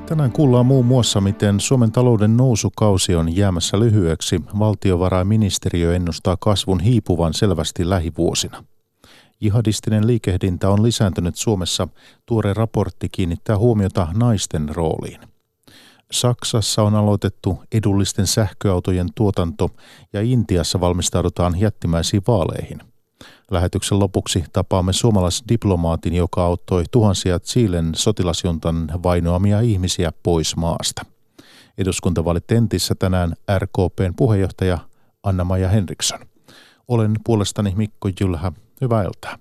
Tänään kuullaan muun muassa, miten Suomen talouden nousukausi on jäämässä lyhyeksi. Valtiovarainministeriö ennustaa kasvun hiipuvan selvästi lähivuosina. Jihadistinen liikehdintä on lisääntynyt Suomessa. Tuore raportti kiinnittää huomiota naisten rooliin. Saksassa on aloitettu edullisten sähköautojen tuotanto ja Intiassa valmistaudutaan jättimäisiin vaaleihin. Lähetyksen lopuksi tapaamme suomalaisdiplomaatin, joka auttoi tuhansia Chilen sotilasjuntan vainoamia ihmisiä pois maasta. Eduskuntavaalit Tentissä tänään RKP:n puheenjohtaja Anna-Maja Henriksson. Olen puolestani Mikko Jylhä. Hyvää iltaa.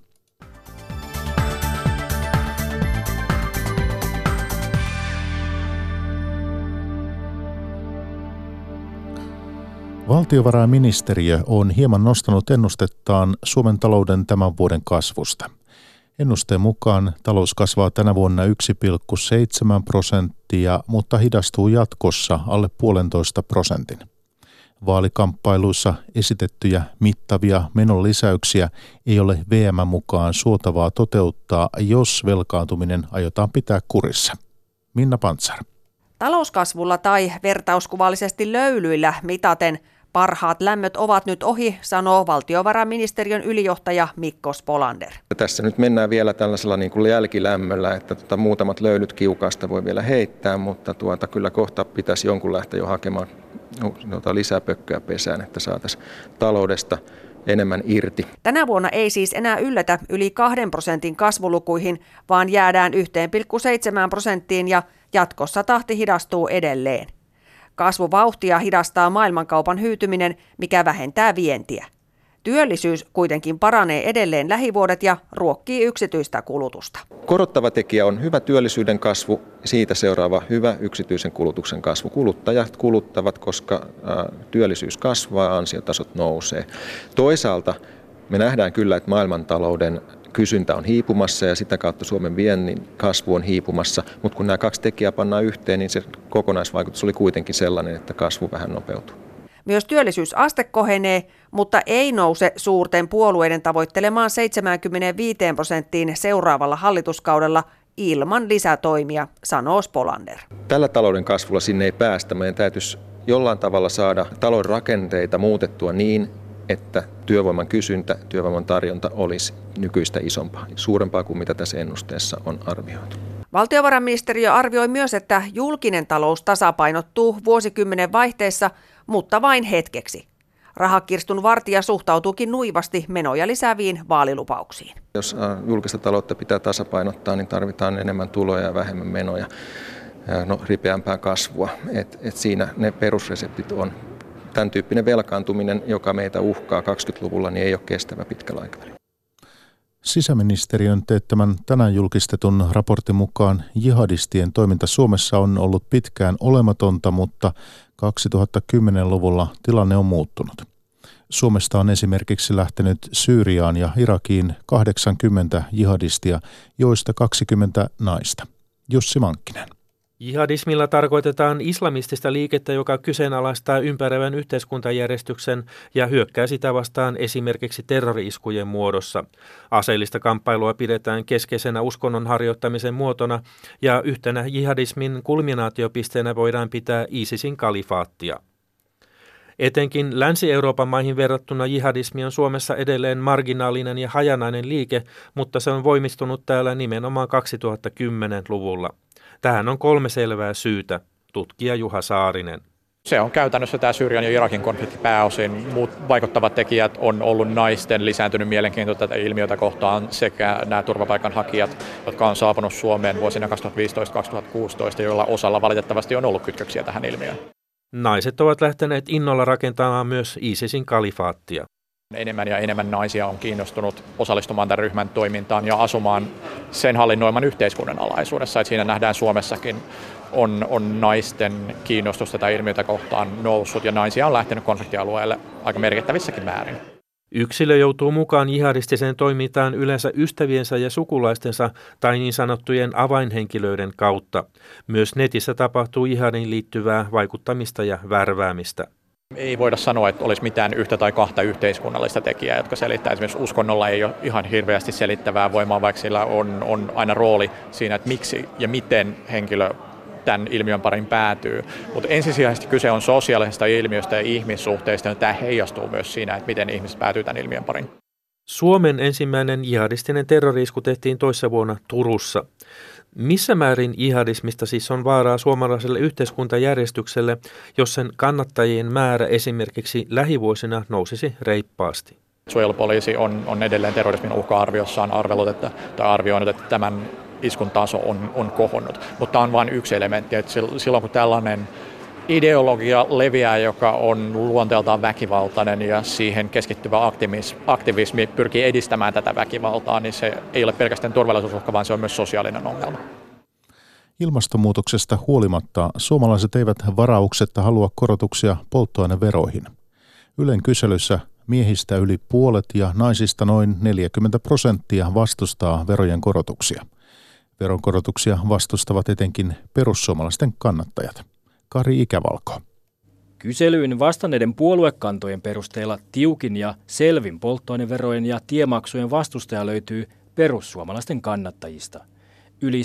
Valtiovarainministeriö on hieman nostanut ennustettaan Suomen talouden tämän vuoden kasvusta. Ennusteen mukaan talous kasvaa tänä vuonna 1,7%, mutta hidastuu jatkossa alle 1,5%. Vaalikamppailuissa esitettyjä mittavia menonlisäyksiä ei ole VM:n mukaan suotavaa toteuttaa, jos velkaantuminen aiotaan pitää kurissa. Minna Pantsar. Talouskasvulla tai vertauskuvallisesti löylyillä mitaten parhaat lämmöt ovat nyt ohi, sanoo valtiovarainministeriön ylijohtaja Mikko Spolander. Tässä nyt mennään vielä tällaisella niin kuin jälkilämmöllä, että muutamat löylyt kiukaasta voi vielä heittää, mutta kyllä kohta pitäisi jonkun lähteä jo hakemaan lisää pökköä pesään, että saataisiin taloudesta enemmän irti. Tänä vuonna ei siis enää yllätä yli 2% kasvulukuihin, vaan jäädään 1,7% ja jatkossa tahti hidastuu edelleen. Kasvuvauhtia hidastaa maailmankaupan hyytyminen, mikä vähentää vientiä. Työllisyys kuitenkin paranee edelleen lähivuodet ja ruokkii yksityistä kulutusta. Korottava tekijä on hyvä työllisyyden kasvu, siitä seuraava hyvä yksityisen kulutuksen kasvu. Kuluttajat kuluttavat, koska työllisyys kasvaa, ansiotasot nousee. Toisaalta me nähdään kyllä, että maailmantalouden kysyntä on hiipumassa ja sitä kautta Suomen viennin kasvu on hiipumassa, mutta kun nämä kaksi tekijää pannaan yhteen, niin se kokonaisvaikutus oli kuitenkin sellainen, että kasvu vähän nopeutuu. Myös työllisyysaste kohenee, mutta ei nouse suurten puolueiden tavoittelemaan 75% seuraavalla hallituskaudella ilman lisätoimia, sanoo Spolander. Tällä talouden kasvulla sinne ei päästä. Meidän täytyisi jollain tavalla saada talouden rakenteita muutettua niin, että työvoiman kysyntä, työvoiman tarjonta olisi nykyistä isompaa, suurempaa kuin mitä tässä ennusteessa on arvioitu. Valtiovarainministeriö arvioi myös, että julkinen talous tasapainottuu vuosikymmenen vaihteessa, mutta vain hetkeksi. Rahakirstun vartija suhtautuukin nuivasti menoja lisääviin vaalilupauksiin. Jos julkista taloutta pitää tasapainottaa, niin tarvitaan enemmän tuloja ja vähemmän menoja, ripeämpää kasvua. Et siinä ne perusreseptit on. Tämän tyyppinen velkaantuminen, joka meitä uhkaa 20-luvulla, niin ei ole kestävä pitkällä aikavälillä. Sisäministeriön teettämän tänään julkistetun raportin mukaan jihadistien toiminta Suomessa on ollut pitkään olematonta, mutta 2010-luvulla tilanne on muuttunut. Suomesta on esimerkiksi lähtenyt Syyriaan ja Irakiin 80 jihadistia, joista 20 naista. Jussi Mankkinen. Jihadismilla tarkoitetaan islamistista liikettä, joka kyseenalaistaa ympäröivän yhteiskuntajärjestyksen ja hyökkää sitä vastaan esimerkiksi terrori-iskujen muodossa. Aseellista kamppailua pidetään keskeisenä uskonnon harjoittamisen muotona ja yhtenä jihadismin kulminaatiopisteenä voidaan pitää ISISin kalifaattia. Etenkin Länsi-Euroopan maihin verrattuna jihadismi on Suomessa edelleen marginaalinen ja hajanainen liike, mutta se on voimistunut täällä nimenomaan 2010-luvulla. Tähän on 3 selvää syytä, tutkija Juha Saarinen. Se on käytännössä tämä Syyrian ja Irakin konflikti pääosin. Muut vaikuttavat tekijät on ollut naisten lisääntynyt mielenkiinto tätä ilmiötä kohtaan sekä nämä turvapaikanhakijat, jotka on saapunut Suomeen vuosina 2015-2016, joilla osalla valitettavasti on ollut kytköksiä tähän ilmiöön. Naiset ovat lähteneet innolla rakentamaan myös ISISin kalifaattia. Enemmän ja enemmän naisia on kiinnostunut osallistumaan tämän ryhmän toimintaan ja asumaan sen hallinnoiman yhteiskunnan alaisuudessa. Että siinä nähdään Suomessakin on naisten kiinnostus tätä ilmiötä kohtaan noussut ja naisia on lähtenyt konfliktialueelle aika merkittävissäkin määrin. Yksilö joutuu mukaan jihadistiseen toimintaan yleensä ystäviensä ja sukulaistensa tai niin sanottujen avainhenkilöiden kautta. Myös netissä tapahtuu jihadiin liittyvää vaikuttamista ja värväämistä. Ei voida sanoa, että olisi mitään yhtä tai kahta yhteiskunnallista tekijää, jotka selittää. Esimerkiksi uskonnolla ei ole ihan hirveästi selittävää voimaa, vaikka sillä on aina rooli siinä, että miksi ja miten henkilö tämän ilmiön parin päätyy. Mutta ensisijaisesti kyse on sosiaalisesta ilmiöstä ja ihmissuhteista, ja tämä heijastuu myös siinä, että miten ihmiset päätyy tämän ilmiön parin. Suomen ensimmäinen jihadistinen terrori-isku tehtiin toissa vuonna Turussa. Missä määrin jihadismista siis on vaaraa suomalaiselle yhteiskuntajärjestykselle, jos sen kannattajien määrä esimerkiksi lähivuosina nousisi reippaasti? Suojelupoliisi on edelleen terrorismin uhka-arviossaan arvioinut, että tämän iskun taso on kohonnut. Mutta tämä on vain yksi elementti, että silloin kun tällainen ideologia leviää, joka on luonteeltaan väkivaltainen ja siihen keskittyvä aktivismi pyrkii edistämään tätä väkivaltaa, niin se ei ole pelkästään turvallisuusuhka, vaan se on myös sosiaalinen ongelma. Ilmastonmuutoksesta huolimatta suomalaiset eivät varauksetta halua korotuksia polttoaineveroihin. Ylen kyselyssä miehistä yli puolet ja naisista noin 40% vastustaa verojen korotuksia. Veronkorotuksia vastustavat etenkin perussuomalaisten kannattajat. Kari Ikävalko. Kyselyyn vastanneiden puoluekantojen perusteella tiukin ja selvin polttoaineverojen ja tiemaksujen vastustaja löytyy perussuomalaisten kannattajista. Yli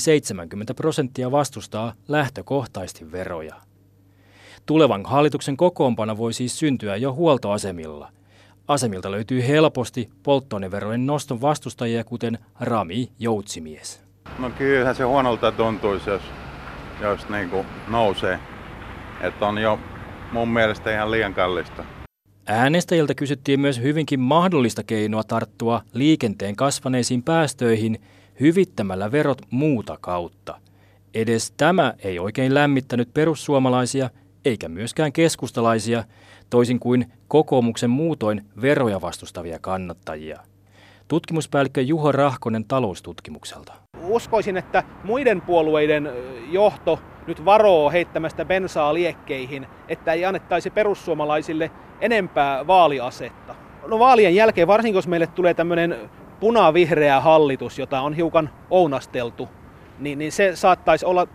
70% vastustaa lähtökohtaisesti veroja. Tulevan hallituksen kokoonpano voi siis syntyä jo huoltoasemilla. Asemilta löytyy helposti polttoaineverojen noston vastustajia, kuten Rami Joutsimies. No kyllähän se huonolta tuntuisi, jos niin kuin nousee. Että on jo mun mielestä ihan liian kallista. Äänestäjiltä kysyttiin myös hyvinkin mahdollista keinoa tarttua liikenteen kasvaneisiin päästöihin hyvittämällä verot muuta kautta. Edes tämä ei oikein lämmittänyt perussuomalaisia eikä myöskään keskustalaisia, toisin kuin kokoomuksen muutoin veroja vastustavia kannattajia. Tutkimuspäällikkö Juho Rahkonen Taloustutkimukselta. Uskoisin, että muiden puolueiden johto nyt varoo heittämästä bensaa liekkeihin, että ei annettaisi perussuomalaisille enempää vaaliasetta. No vaalien jälkeen, varsinkin jos meille tulee tämmöinen punavihreä hallitus, jota on hiukan ounasteltu, niin se saattaisi olla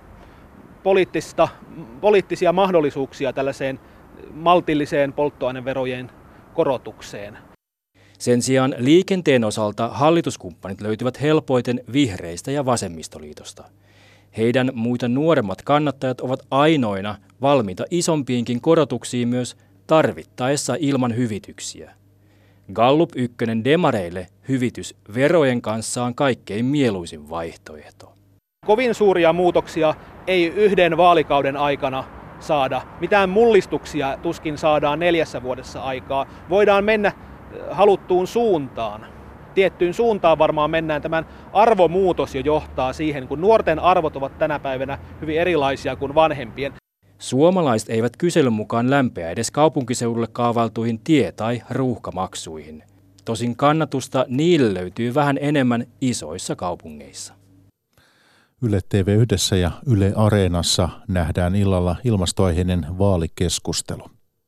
poliittisia mahdollisuuksia tällaiseen maltilliseen polttoaineverojen korotukseen. Sen sijaan liikenteen osalta hallituskumppanit löytyvät helpoiten vihreistä ja vasemmistoliitosta. Heidän muita nuoremmat kannattajat ovat ainoina valmiita isompiinkin korotuksiin myös tarvittaessa ilman hyvityksiä. Gallup 1 demareille hyvitys verojen kanssa on kaikkein mieluisin vaihtoehto. Kovin suuria muutoksia ei yhden vaalikauden aikana saada. Mitään mullistuksia tuskin saadaan 4 vuodessa aikaa. Voidaan mennä haluttuun suuntaan. Tiettyyn suuntaan varmaan mennään. Tämän arvomuutos jo johtaa siihen, kun nuorten arvot ovat tänä päivänä hyvin erilaisia kuin vanhempien. Suomalaiset eivät kyselyn mukaan lämpeä edes kaupunkiseudulle kaavailtuihin tie- tai ruuhkamaksuihin. Tosin kannatusta niille löytyy vähän enemmän isoissa kaupungeissa. Yle TV1 ja Yle Areenassa nähdään illalla ilmastoaiheinen vaalikeskustelu.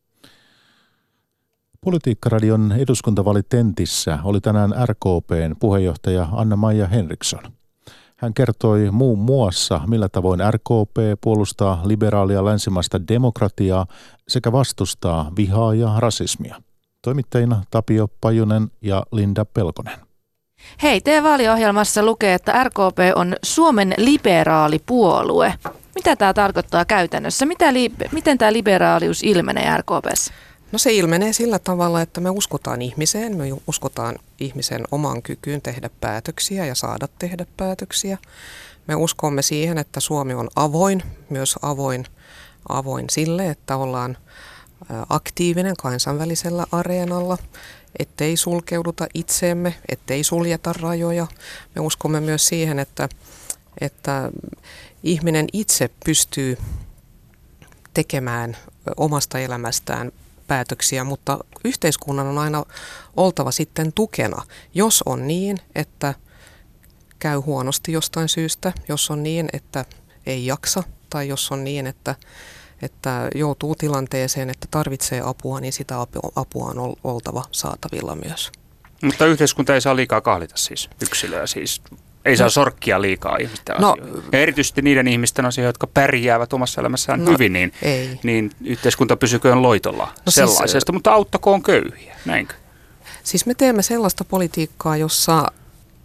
Politiikkaradion eduskuntavaalitentissä oli tänään RKP:n puheenjohtaja Anna-Maija Henriksson. Hän kertoi muun muassa, millä tavoin RKP puolustaa liberaalia länsimaista demokratiaa sekä vastustaa vihaa ja rasismia. Toimittajina Tapio Pajunen ja Linda Pelkonen. Hei, teidän vaaliohjelmassa lukee, että RKP on Suomen liberaali puolue. Mitä tämä tarkoittaa käytännössä? Miten tämä liberaalius ilmenee RKP:ssä? No se ilmenee sillä tavalla, että me uskotaan ihmiseen, me uskotaan ihmisen omaan kykyyn tehdä päätöksiä ja saada tehdä päätöksiä. Me uskomme siihen, että Suomi on avoin, myös avoin sille, että ollaan aktiivinen kansainvälisellä areenalla, ettei sulkeuduta itseemme, ettei suljeta rajoja. Me uskomme myös siihen, että ihminen itse pystyy tekemään omasta elämästään päätöksiä, mutta yhteiskunnan on aina oltava sitten tukena, jos on niin, että käy huonosti jostain syystä, jos on niin, että ei jaksa tai jos on niin, että joutuu tilanteeseen, että tarvitsee apua, niin sitä apua on oltava saatavilla myös. Mutta yhteiskunta ei saa liikaa kahlita siis yksilöä, siis ei saa sorkkia liikaa ihmisten asioita. Ja erityisesti niiden ihmisten asioita, jotka pärjäävät omassa elämässään hyvin, niin yhteiskunta pysyköön loitolla sellaisesta, mutta auttakoon köyhiä, näinkö? Siis me teemme sellaista politiikkaa, jossa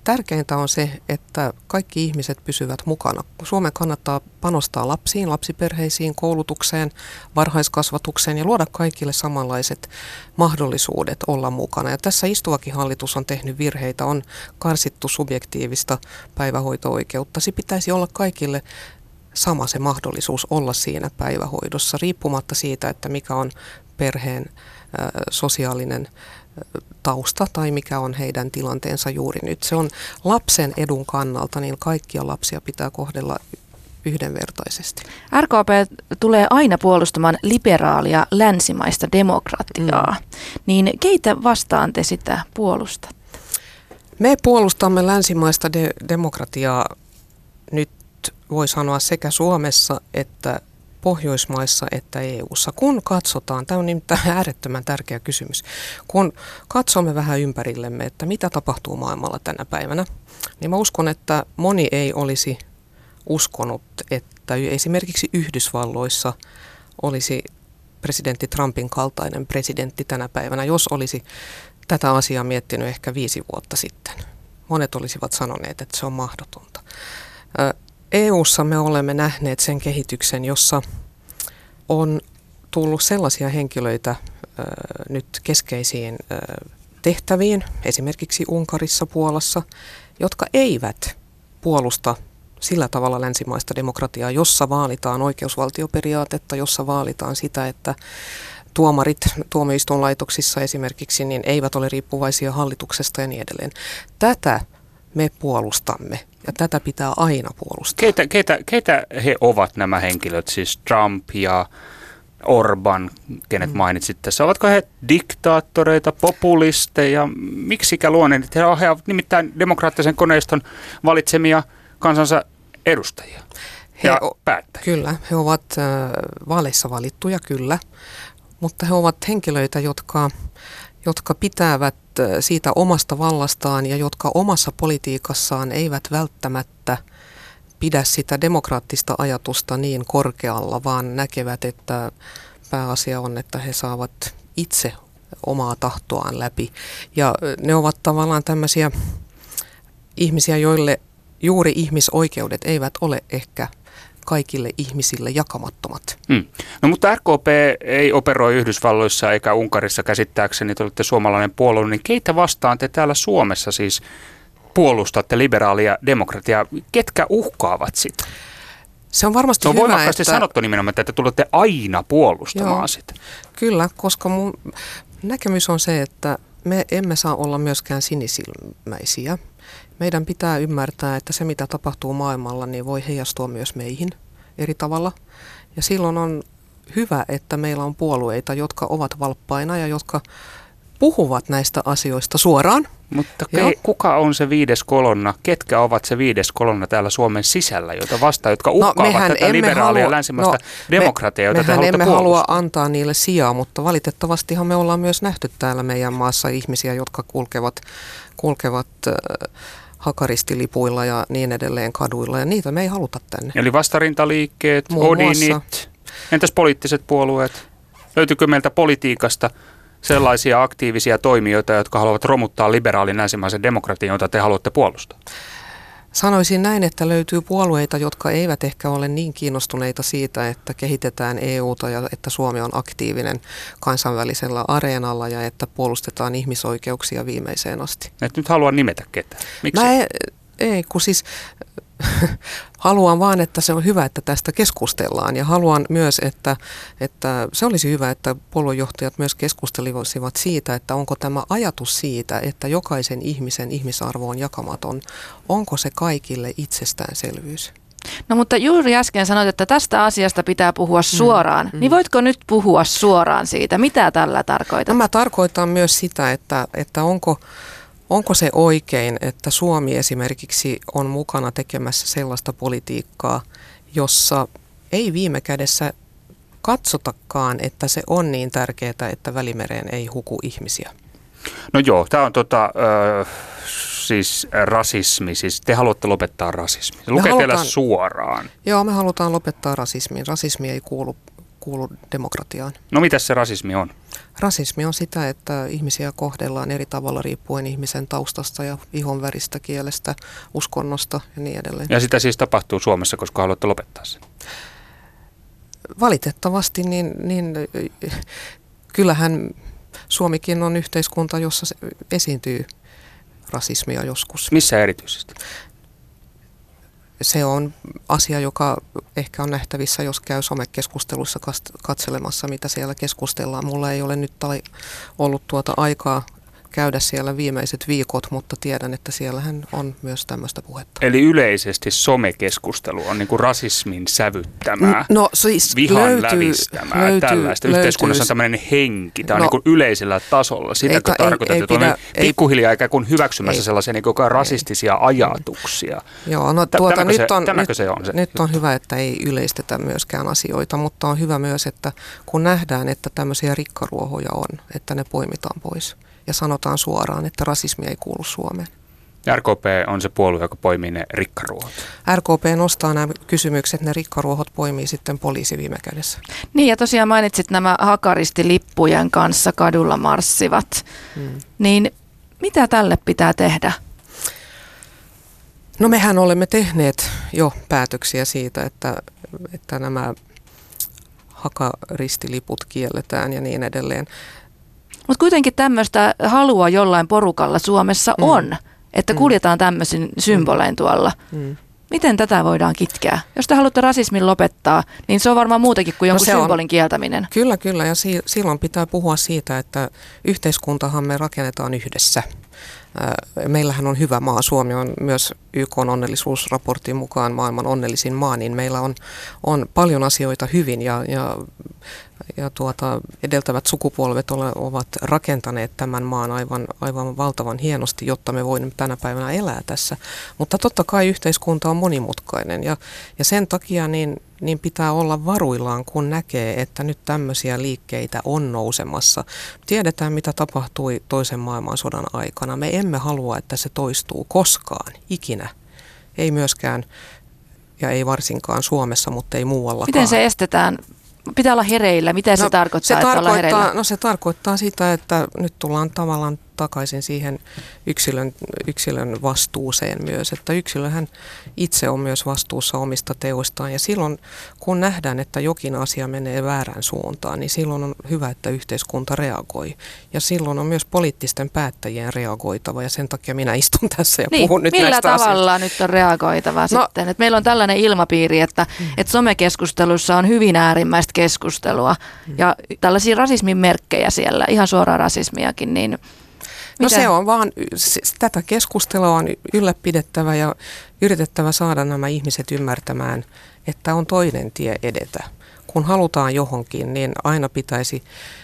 tärkeintä on se, että kaikki ihmiset pysyvät mukana. Suomen kannattaa panostaa lapsiin, lapsiperheisiin, koulutukseen, varhaiskasvatukseen ja luoda kaikille samanlaiset mahdollisuudet olla mukana. Ja tässä istuvakin hallitus on tehnyt virheitä, on karsittu subjektiivista päivähoito-oikeutta. Se pitäisi olla kaikille sama se mahdollisuus olla siinä päivähoidossa, riippumatta siitä, että mikä on perheen sosiaalinen tausta tai mikä on heidän tilanteensa juuri nyt. Se on lapsen edun kannalta, niin kaikkia lapsia pitää kohdella yhdenvertaisesti. RKP tulee aina puolustamaan liberaalia länsimaista demokratiaa. Niin keitä vastaan te sitä puolustatte? Me puolustamme länsimaista demokratiaa nyt voi sanoa sekä Suomessa että Pohjoismaissa että EU:ssa. Kun katsotaan, tämä on nimittäin äärettömän tärkeä kysymys, kun katsomme vähän ympärillemme, että mitä tapahtuu maailmalla tänä päivänä, niin mä uskon, että moni ei olisi uskonut, että esimerkiksi Yhdysvalloissa olisi presidentti Trumpin kaltainen presidentti tänä päivänä, jos olisi tätä asiaa miettinyt ehkä 5 vuotta sitten. Monet olisivat sanoneet, että se on mahdotonta. EU:ssa me olemme nähneet sen kehityksen, jossa on tullut sellaisia henkilöitä nyt keskeisiin tehtäviin, esimerkiksi Unkarissa, Puolassa, jotka eivät puolusta sillä tavalla länsimaista demokratiaa, jossa vaalitaan oikeusvaltioperiaatetta, jossa vaalitaan sitä, että tuomarit tuomioistuinlaitoksissa esimerkiksi niin eivät ole riippuvaisia hallituksesta ja niin edelleen. Tätä me puolustamme ja tätä pitää aina puolustaa. Keitä he ovat nämä henkilöt, siis Trump ja Orban, kenet mainitsit tässä? Ovatko he diktaattoreita, populisteja? Miksikä luonne? He ovat nimittäin demokraattisen koneiston valitsemia kansansa edustajia ja päättäjiä. Kyllä, he ovat vaaleissa valittuja, kyllä, mutta he ovat henkilöitä, jotka pitävät siitä omasta vallastaan ja jotka omassa politiikassaan eivät välttämättä pidä sitä demokraattista ajatusta niin korkealla, vaan näkevät, että pääasia on, että he saavat itse omaa tahtoaan läpi. Ja ne ovat tavallaan tämmöisiä ihmisiä, joille juuri ihmisoikeudet eivät ole ehkä kaikille ihmisille jakamattomat. No mutta RKP ei operoi Yhdysvalloissa eikä Unkarissa käsittääkseni, te olette suomalainen puolue, niin keitä vastaan te täällä Suomessa siis puolustatte liberaalia demokratiaa? Ketkä uhkaavat sitä? Se on varmasti hyvä, voimakkaasti sanottu nimenomaan, että tulette aina puolustamaan sitä. Kyllä, koska mun näkemys on se, että me emme saa olla myöskään sinisilmäisiä. Meidän pitää ymmärtää, että se mitä tapahtuu maailmalla, niin voi heijastua myös meihin eri tavalla. Ja silloin on hyvä, että meillä on puolueita, jotka ovat valppaina ja jotka puhuvat näistä asioista suoraan. Mutta kuka on se 5. kolonna? Ketkä ovat se 5. kolonna täällä Suomen sisällä, joita vastaan, jotka uhkaavat tätä liberaalia länsimaista demokratiaa, jota te haluatte puolustaa? Halua antaa niille sijaa, mutta valitettavastihan me ollaan myös nähty täällä meidän maassa ihmisiä, jotka kulkevat hakaristilipuilla ja niin edelleen kaduilla, ja niitä me ei haluta tänne. Eli vastarintaliikkeet, Odinit, entäs poliittiset puolueet? Löytyykö meiltä politiikasta sellaisia aktiivisia toimijoita, jotka haluavat romuttaa liberaalin länsimaisen demokratian, jota te haluatte puolustaa? Sanoisin näin, että löytyy puolueita, jotka eivät ehkä ole niin kiinnostuneita siitä, että kehitetään EUta ja että Suomi on aktiivinen kansainvälisellä areenalla ja että puolustetaan ihmisoikeuksia viimeiseen asti. Et nyt haluan nimetä ketään. Miksi? Ei, kun siis haluan vaan, että se on hyvä, että tästä keskustellaan ja haluan myös, että se olisi hyvä, että puoluejohtajat myös keskustelisivat siitä, että onko tämä ajatus siitä, että jokaisen ihmisen ihmisarvo on jakamaton, onko se kaikille itsestäänselvyys? No mutta juuri äsken sanoit, että tästä asiasta pitää puhua suoraan. Niin voitko nyt puhua suoraan siitä? Mitä tällä tarkoitat? Mä tarkoitan myös sitä, että onko se oikein, että Suomi esimerkiksi on mukana tekemässä sellaista politiikkaa, jossa ei viime kädessä katsotakaan, että se on niin tärkeää, että Välimereen ei huku ihmisiä? No joo, tämä on siis rasismi. Siis te haluatte lopettaa rasismi. Lukee teillä suoraan. Joo, me halutaan lopettaa rasismin. Rasismi ei kuulu kuulu demokratiaan. No mitäs se rasismi on? Rasismi on sitä, että ihmisiä kohdellaan eri tavalla riippuen ihmisen taustasta ja ihonväristä, kielestä, uskonnosta ja niin edelleen. Ja sitä siis tapahtuu Suomessa, koska haluatte lopettaa sen? Valitettavasti, niin kyllähän Suomikin on yhteiskunta, jossa esiintyy rasismia joskus. Missä erityisesti? Se on asia, joka ehkä on nähtävissä, jos käy somekeskusteluissa katselemassa, mitä siellä keskustellaan. Mulla ei ole nyt ollut aikaa käydä siellä viimeiset viikot, mutta tiedän, että siellähän on myös tämmöistä puhetta. Eli yleisesti somekeskustelu on niin kuin rasismin sävyttämää, no, siis vihan lävistämää, tällaista. Yhteiskunnassa on tämmöinen henki, tämä on niin kuin yleisellä tasolla. Sitäkö tarkoitat, että on pikkuhiljaa ikään kuin hyväksymässä sellaisia niin kuin rasistisia ajatuksia? Joo, no nyt on hyvä, että ei yleistetä myöskään asioita, mutta on hyvä myös, että kun nähdään, että tämmöisiä rikkaruohoja on, että ne poimitaan pois. Ja sanotaan suoraan, että rasismi ei kuulu Suomeen. RKP on se puolue, joka poimii ne rikkaruohot. RKP nostaa nämä kysymykset, ne rikkaruohot poimii sitten poliisi viime kädessä. Niin ja tosiaan mainitsit nämä hakaristilippujen kanssa kadulla marssivat. Niin mitä tälle pitää tehdä? No mehän olemme tehneet jo päätöksiä siitä, että nämä hakaristiliput kielletään ja niin edelleen. Mutta kuitenkin tämmöistä halua jollain porukalla Suomessa on, että kuljetaan tämmöisin symbolein tuolla. Miten tätä voidaan kitkeä? Jos te haluatte rasismin lopettaa, niin se on varmaan muutakin kuin jonkun symbolin kieltäminen. Kyllä, ja silloin pitää puhua siitä, että yhteiskuntahan me rakennetaan yhdessä. Meillähän on hyvä maa. Suomi on myös YK:n onnellisuusraportin mukaan maailman onnellisin maa, niin meillä on paljon asioita hyvin ja edeltävät sukupolvet ovat rakentaneet tämän maan aivan valtavan hienosti, jotta me voimme tänä päivänä elää tässä. Mutta totta kai yhteiskunta on monimutkainen ja sen takia niin pitää olla varuillaan, kun näkee, että nyt tämmöisiä liikkeitä on nousemassa. Tiedetään, mitä tapahtui toisen maailmansodan aikana. Me emme halua, että se toistuu koskaan, ikinä. Ei myöskään, ja ei varsinkaan Suomessa, mutta ei muuallakaan. Miten se estetään? Pitää olla hereillä. Mitä se tarkoittaa, että olla hereillä? No se tarkoittaa sitä, että nyt tullaan tavallaan takaisin siihen yksilön vastuuseen myös, että yksilöhän itse on myös vastuussa omista teoistaan ja silloin kun nähdään, että jokin asia menee väärään suuntaan, niin silloin on hyvä, että yhteiskunta reagoi ja silloin on myös poliittisten päättäjien reagoitava ja sen takia minä istun tässä ja puhun nyt näistä asioista. Millä tavalla nyt on reagoitava sitten? Että meillä on tällainen ilmapiiri, että somekeskustelussa on hyvin äärimmäistä keskustelua ja tällaisia rasismin merkkejä siellä, ihan suoraa rasismiakin, niin no se on vaan, tätä keskustelua on ylläpidettävä ja yritettävä saada nämä ihmiset ymmärtämään, että on toinen tie edetä. Kun halutaan johonkin, niin aina pitäisi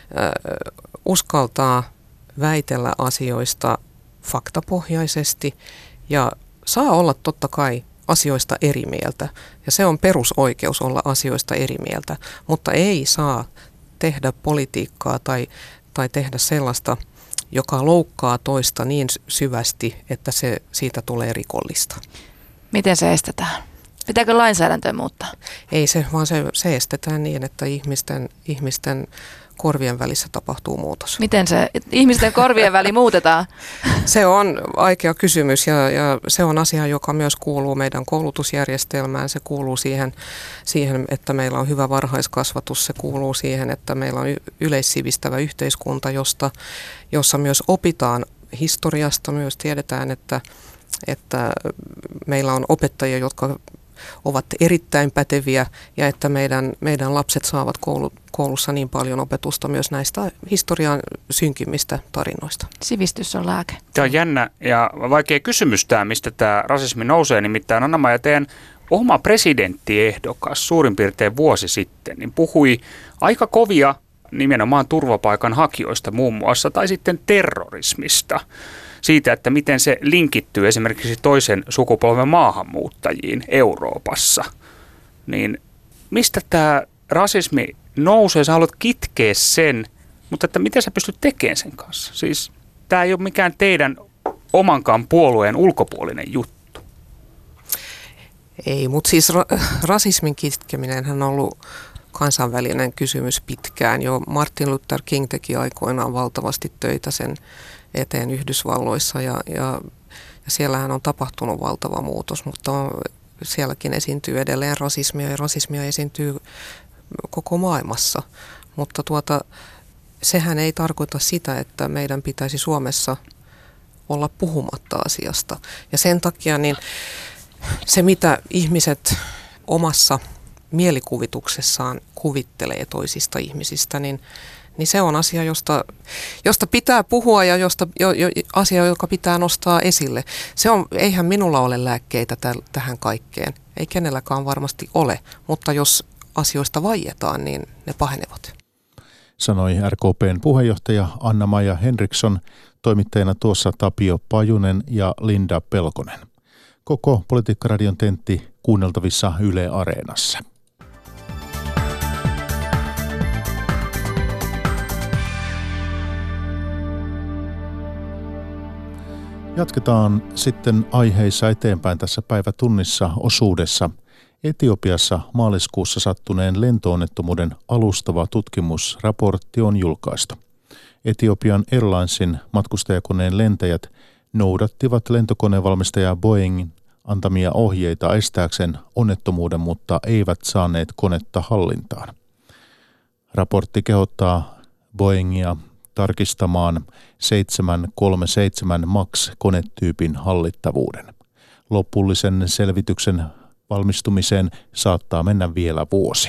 uskaltaa väitellä asioista faktapohjaisesti ja saa olla totta kai asioista eri mieltä. Ja se on perusoikeus olla asioista eri mieltä, mutta ei saa tehdä politiikkaa tai tehdä sellaista, joka loukkaa toista niin syvästi, että siitä tulee rikollista. Miten se estetään? Pitääkö lainsäädäntöä muuttaa? Ei se, vaan se estetään niin, että ihmisten korvien välissä tapahtuu muutos. Miten se ihmisten korvien väli muutetaan? Se on vaikea kysymys ja se on asia, joka myös kuuluu meidän koulutusjärjestelmään. Se kuuluu siihen, että meillä on hyvä varhaiskasvatus. Se kuuluu siihen, että meillä on yleissivistävä yhteiskunta, jossa myös opitaan historiasta. Myös tiedetään, että meillä on opettajia, jotka ovat erittäin päteviä ja että meidän lapset saavat koulussa niin paljon opetusta myös näistä historian synkimmistä tarinoista. Sivistys on lääke. Tämä on jännä ja vaikea kysymys tämä, mistä tämä rasismi nousee. Nimittäin Anna-Maija, teidän oma presidenttiehdokas suurin piirtein vuosi sitten niin puhui aika kovia nimenomaan turvapaikanhakijoista muun muassa tai sitten terrorismista. Siitä, että miten se linkittyy esimerkiksi toisen sukupolven maahanmuuttajiin Euroopassa. Niin mistä tämä rasismi nousee? Sä haluat kitkeä sen, mutta että miten sä pystyt tekemään sen kanssa? Siis tämä ei ole mikään teidän omankaan puolueen ulkopuolinen juttu. Ei, mutta siis rasismin kitkeminenhän on ollut kansainvälinen kysymys pitkään. Jo Martin Luther King teki aikoinaan valtavasti töitä sen eteen Yhdysvalloissa ja siellähän on tapahtunut valtava muutos, mutta sielläkin esiintyy edelleen rasismia ja rasismia esiintyy koko maailmassa. Mutta sehän ei tarkoita sitä, että meidän pitäisi Suomessa olla puhumatta asiasta. Ja sen takia niin se, mitä ihmiset omassa mielikuvituksessaan kuvittelee toisista ihmisistä, niin se on asia, josta pitää puhua ja asia, joka pitää nostaa esille. Eihän minulla ole lääkkeitä tähän kaikkeen, ei kenelläkään varmasti ole, mutta jos asioista vaietaan, niin ne pahenevat. Sanoi RKP:n puheenjohtaja Anna-Maja Henriksson, toimittajana tuossa Tapio Pajunen ja Linda Pelkonen. Koko Politiikkaradion tentti kuunneltavissa Yle Areenassa. Jatketaan sitten aiheissa eteenpäin tässä päivätunnissa osuudessa. Etiopiassa maaliskuussa sattuneen lentoonnettomuuden alustava tutkimusraportti on julkaistu. Ethiopian Airlinesin matkustajakoneen lentäjät noudattivat lentokonevalmistaja Boeingin antamia ohjeita estääkseen onnettomuuden, mutta eivät saaneet konetta hallintaan. Raportti kehottaa Boeingia tarkistamaan 737 MAX-konetyypin hallittavuuden. Lopullisen selvityksen valmistumiseen saattaa mennä vielä vuosi.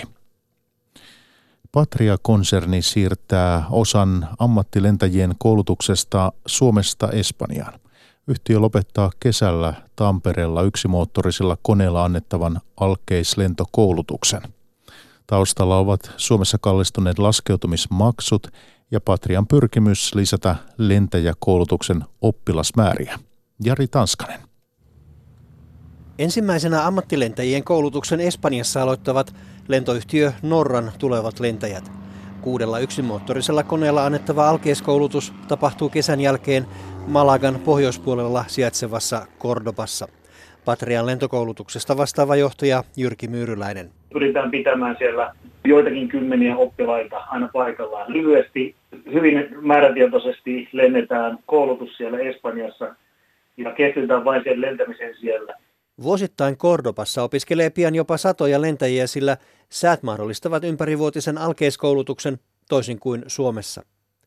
Patria-konserni siirtää osan ammattilentäjien koulutuksesta Suomesta Espanjaan. Yhtiö lopettaa kesällä Tampereella yksimoottorisella koneella annettavan alkeislentokoulutuksen. Taustalla ovat Suomessa kallistuneet laskeutumismaksut ja Patrian pyrkimys lisätä lentäjäkoulutuksen oppilasmääriä. Jari Tanskanen. Ensimmäisenä ammattilentäjien koulutuksen Espanjassa aloittavat lentoyhtiö Norran tulevat lentäjät. 6 yksimoottorisella koneella annettava alkeiskoulutus tapahtuu kesän jälkeen Malagan pohjoispuolella sijaitsevassa Cordobassa. Patrian lentokoulutuksesta vastaava johtaja Jyrki Myyryläinen. Pyritään pitämään siellä joitakin kymmeniä oppilaita aina paikallaan. Lyhyesti, hyvin määrätietoisesti lennetään koulutus siellä Espanjassa ja keskitytään vain sen lentämisen siellä. Vuosittain Cordobassa opiskelee pian jopa satoja lentäjiä, sillä säät mahdollistavat ympärivuotisen alkeiskoulutuksen toisin kuin Suomessa.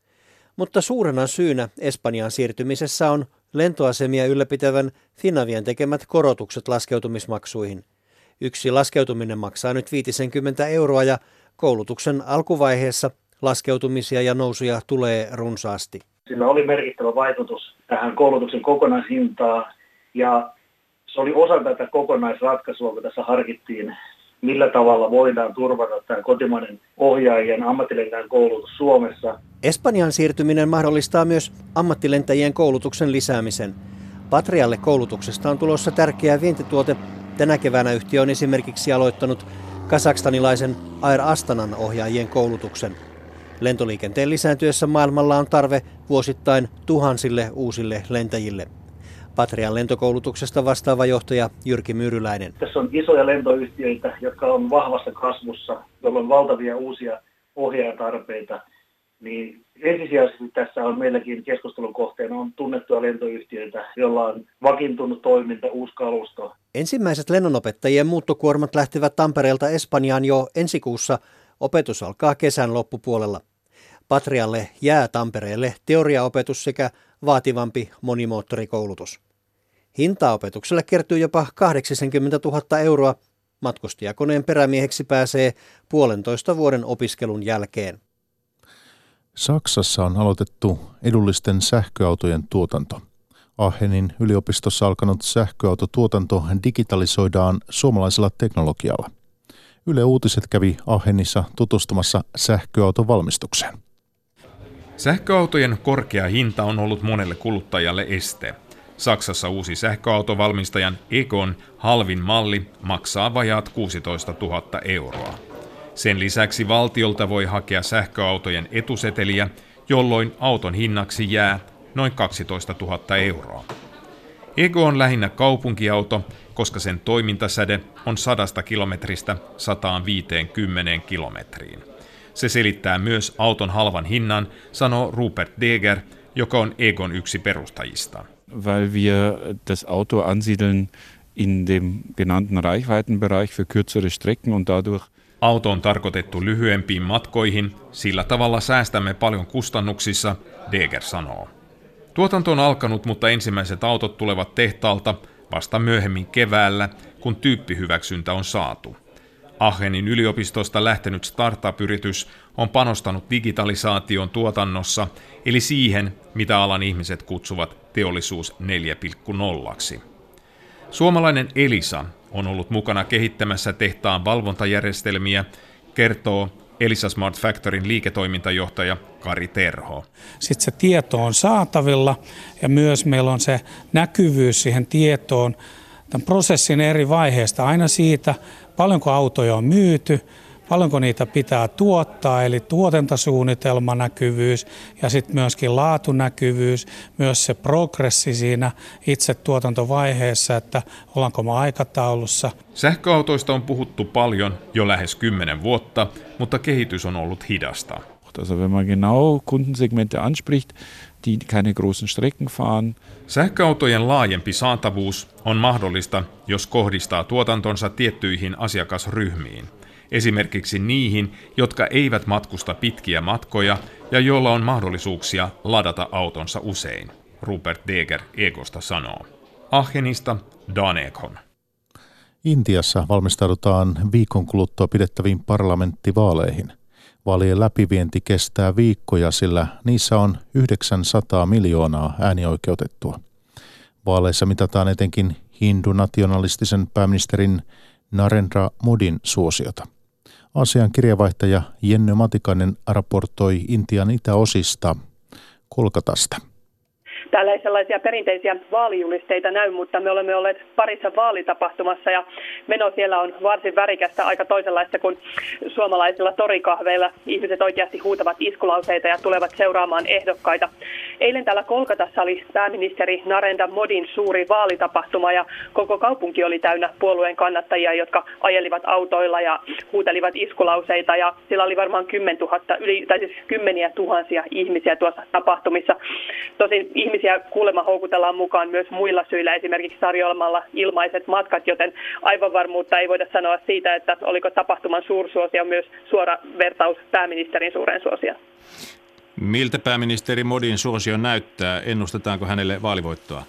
Mutta suurena syynä Espanjaan siirtymisessä on lentoasemia ylläpitävän Finavian tekemät korotukset laskeutumismaksuihin. Yksi laskeutuminen maksaa nyt 50 € ja koulutuksen alkuvaiheessa laskeutumisia ja nousuja tulee runsaasti. Sillä oli merkittävä vaikutus tähän koulutuksen kokonaishintaan ja se oli osa tätä kokonaisratkaisua, kun tässä harkittiin, millä tavalla voidaan turvata tämä kotimainen ohjaajien ammattilentäjän koulutus Suomessa. Espanjan siirtyminen mahdollistaa myös ammattilentäjien koulutuksen lisäämisen. Patrialle koulutuksesta on tulossa tärkeä vientituote. Tänä keväänä yhtiö on esimerkiksi aloittanut kasakstanilaisen Air Astanan ohjaajien koulutuksen. Lentoliikenteen lisääntyessä maailmalla on tarve vuosittain tuhansille uusille lentäjille. Patrian lentokoulutuksesta vastaava johtaja Jyrki Myyryläinen. Tässä on isoja lentoyhtiöitä, jotka on vahvassa kasvussa, jolla on valtavia uusia ohjaajatarpeita. Niin ensisijaisesti tässä on meilläkin keskustelun kohteena on tunnettuja lentoyhtiöitä, joilla on vakiintunut toiminta, uusi kalusto. Ensimmäiset lennonopettajien muuttokuormat lähtevät Tampereelta Espanjaan jo ensi kuussa. Opetus alkaa kesän loppupuolella. Patrialle jää Tampereelle teoriaopetus sekä vaativampi monimoottorikoulutus. Hintaa opetukselle kertyy jopa 80 000 €. Matkustajakoneen perämieheksi pääsee 1,5 vuoden opiskelun jälkeen. Saksassa on aloitettu edullisten sähköautojen tuotanto. Aachenin yliopistossa alkanut sähköautotuotanto digitalisoidaan suomalaisella teknologialla. Yle Uutiset kävi Aachenissa tutustumassa sähköautovalmistukseen. Sähköautojen korkea hinta on ollut monelle kuluttajalle este. Saksassa uusi sähköautovalmistajan Egon halvin malli maksaa vajaat 16 000 €. Sen lisäksi valtiolta voi hakea sähköautojen etuseteliä, jolloin auton hinnaksi jää noin 12 000 €. Ego on lähinnä kaupunkiauto, koska sen toimintasäde on 100 kilometristä 150 kilometriin. Se selittää myös auton halvan hinnan, sanoo Rupert Deger, joka on Egon yksi perustajista. Weil wir das Auto ansiedeln in dem genannten Reichweitenbereich für kürzere Strecken und dadurch auto on tarkoitettu lyhyempiin matkoihin, sillä tavalla säästämme paljon kustannuksissa, Deger sanoo. Tuotanto on alkanut, mutta ensimmäiset autot tulevat tehtaalta vasta myöhemmin keväällä, kun tyyppihyväksyntä on saatu. Aachenin yliopistosta lähtenyt startup-yritys on panostanut digitalisaation tuotannossa, eli siihen, mitä alan ihmiset kutsuvat teollisuus 4.0. Suomalainen Elisa on ollut mukana kehittämässä tehtaan valvontajärjestelmiä, kertoo Elisa Smart Factoryn liiketoimintajohtaja Kari Terho. Sitten se tieto on saatavilla ja myös meillä on se näkyvyys siihen tietoon tämän prosessin eri vaiheista, aina siitä, paljonko autoja on myyty, paljonko niitä pitää tuottaa, eli tuotantasuunnitelma näkyvyys ja sitten myöskin laatunäkyvyys, myös se progressi siinä itse tuotantovaiheessa, että ollaanko me aikataulussa. Sähköautoista on puhuttu paljon jo lähes 10 vuotta, mutta kehitys on ollut hidasta. Also wenn man genau Kundensegmente anspricht, die keine großen Strecken fahren. Sähköautojen laajempi saatavuus on mahdollista, jos kohdistaa tuotantonsa tiettyihin asiakasryhmiin. Esimerkiksi niihin, jotka eivät matkusta pitkiä matkoja ja joilla on mahdollisuuksia ladata autonsa usein, Rupert Deger Egosta sanoo. Aachenista Dan Ekholm. Intiassa valmistaudutaan viikon kuluttua pidettäviin parlamenttivaaleihin. Vaalien läpivienti kestää viikkoja, sillä niissä on 900 miljoonaa äänioikeutettua. Vaaleissa mitataan etenkin hindunationalistisen pääministerin Narendra Modin suosiota. Asian kirjavaihtaja Jenny Matikainen raportoi Intian itäosista Kolkatasta. Täällä ei sellaisia perinteisiä vaalijulisteita näy, mutta me olemme olleet parissa vaalitapahtumassa ja meno siellä on varsin värikästä, aika toisenlaista kuin suomalaisilla torikahveilla. Ihmiset oikeasti huutavat iskulauseita ja tulevat seuraamaan ehdokkaita. Eilen täällä Kolkatassa oli pääministeri Narendra Modin suuri vaalitapahtuma ja koko kaupunki oli täynnä puolueen kannattajia, jotka ajelivat autoilla ja huutelivat iskulauseita ja siellä oli varmaan 10 tuhansia ihmisiä tuossa tapahtumissa. Tosin ihmisiä kuulemma houkutellaan mukaan myös muilla syillä, esimerkiksi tarjoamalla ilmaiset matkat, joten aivan varmuutta ei voida sanoa siitä, että oliko tapahtuman suursuosio myös suora vertaus pääministerin suureen suosioon. Miltä pääministeri Modin suosio näyttää? Ennustetaanko hänelle vaalivoittoa?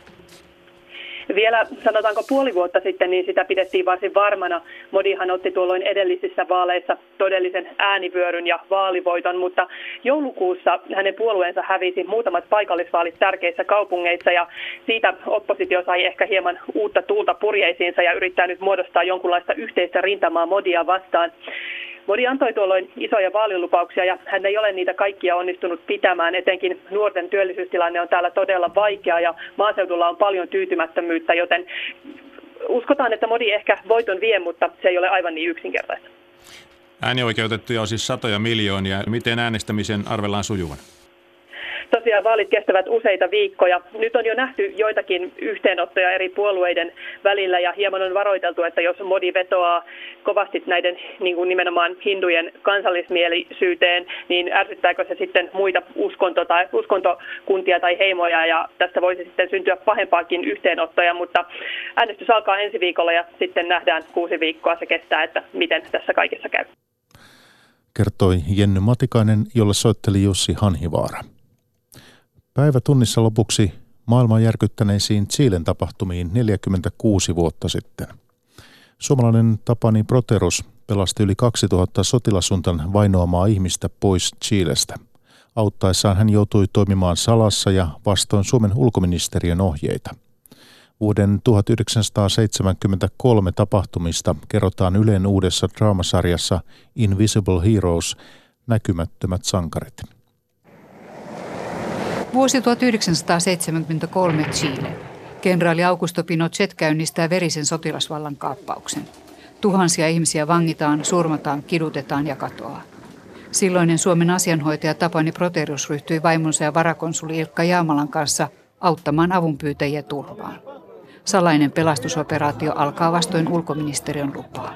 Vielä sanotaanko puoli vuotta sitten, niin sitä pidettiin varsin varmana. Modihan otti tuolloin edellisissä vaaleissa todellisen äänivyöryn ja vaalivoiton, mutta joulukuussa hänen puolueensa hävisi muutamat paikallisvaalit tärkeissä kaupungeissa ja siitä oppositio sai ehkä hieman uutta tuulta purjeisiinsa ja yrittää nyt muodostaa jonkunlaista yhteistä rintamaa Modia vastaan. Modi antoi tuolloin isoja vaalilupauksia ja hän ei ole niitä kaikkia onnistunut pitämään. Etenkin nuorten työllisyystilanne on täällä todella vaikea ja maaseudulla on paljon tyytymättömyyttä, joten uskotaan, että Modi ehkä voiton vie, mutta se ei ole aivan niin yksinkertaista. Äänioikeutettuja on siis satoja miljoonia. Miten äänestämisen arvellaan sujuvan? Tosiaan vaalit kestävät useita viikkoja. Nyt on jo nähty joitakin yhteenottoja eri puolueiden välillä ja hieman on varoiteltu, että jos Modi vetoaa kovasti näiden niin kuin nimenomaan hindujen kansallismielisyyteen, niin ärsyttääkö se sitten muita uskontokuntia tai heimoja ja tästä voisi sitten syntyä pahempaakin yhteenottoja, mutta äänestys alkaa ensi viikolla ja sitten nähdään 6 viikkoa se kestää, että miten tässä kaikessa käy. Kertoi Jenny Matikainen, jolle soitteli Jussi Hanhivaara. Päivä tunnissa lopuksi maailman järkyttäneisiin Chilen tapahtumiin 46 vuotta sitten. Suomalainen Tapani Proterus pelasti yli 2000 sotilasjuntan vainoamaa ihmistä pois Chilestä. Auttaessaan hän joutui toimimaan salassa ja vastoin Suomen ulkoministeriön ohjeita. Vuoden 1973 tapahtumista kerrotaan Ylen uudessa draamasarjassa Invisible Heroes, näkymättömät sankarit. Vuosi 1973 Chile. Kenraali Augusto Pinochet käynnistää verisen sotilasvallan kaappauksen. Tuhansia ihmisiä vangitaan, surmataan, kidutetaan ja katoaa. Silloinen Suomen asianhoitaja Tapani Proterus ryhtyi vaimonsa ja varakonsuli Ilkka Jaamalan kanssa auttamaan avunpyytäjiä turvaan. Salainen pelastusoperaatio alkaa vastoin ulkoministeriön lupaa.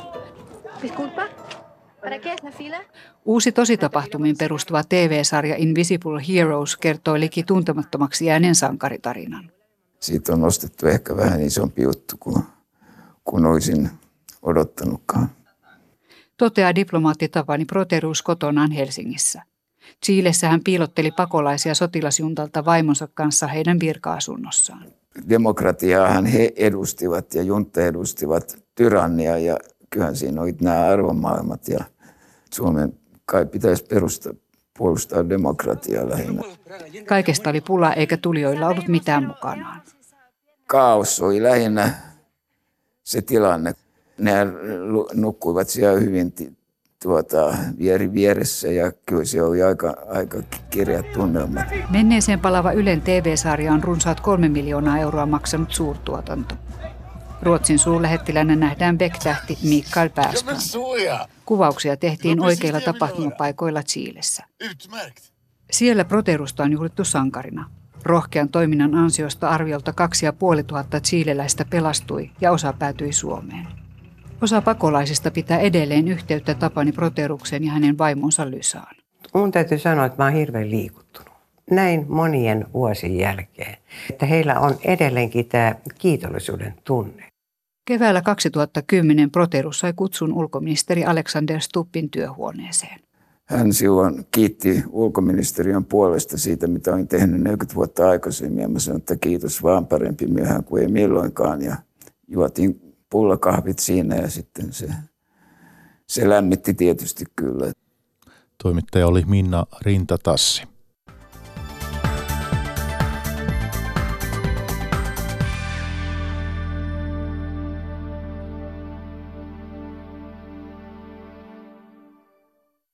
Uusi tositapahtumiin perustuva TV-sarja Invisible Heroes kertoo liki tuntemattomaksi jääneen sankaritarinan. Siitä on nostettu ehkä vähän isompi juttu kuin olisin odottanutkaan. Toteaa diplomaatti Tapani Proterus kotonaan Helsingissä. Chilessä hän piilotteli pakolaisia sotilasjuntalta vaimonsa kanssa heidän virka-asunnossaan. Demokratiaahan he edustivat ja junta edustivat tyrannia ja kyllähän siinä oli nämä arvomaailmat ja Suomen kai pitäisi puolustaa demokratiaa lähinnä. Kaikesta oli pula eikä tulijoilla ollut mitään mukanaan. Kaos oli lähinnä se tilanne. Ne nukkuivat siellä hyvin vieri vieressä ja kyllä se oli aika kirjat tunnelmat. Menneeseen palava Ylen TV-sarja on runsaat 3 miljoonaa euroa maksanut suurtuotanto. Ruotsin suurlähettilänä nähdään Beck-tähti Mikael Persbrandt. Kuvauksia tehtiin oikeilla tapahtumapaikoilla Chilessä. Siellä Proterusta on juhlittu sankarina. Rohkean toiminnan ansiosta arviolta 2500 chileläistä pelastui ja osa päätyi Suomeen. Osa pakolaisista pitää edelleen yhteyttä Tapani Proterukseen ja hänen vaimonsa Lysaan. Mun täytyy sanoa, että mä oon hirveän liikuttunut. Näin monien vuosien jälkeen, että heillä on edelleenkin tämä kiitollisuuden tunne. Keväällä 2010 Proterus sai kutsun ulkoministeri Alexander Stubbin työhuoneeseen. Hän silloin kiitti ulkoministeriön puolesta siitä, mitä olin tehnyt 40 vuotta aikaisemmin. Ja mä sanoin, että kiitos vaan, parempi myöhään kuin ei milloinkaan. Ja juotiin pullakahvit siinä ja sitten se lämmitti tietysti kyllä. Toimittaja oli Minna Rintatassi.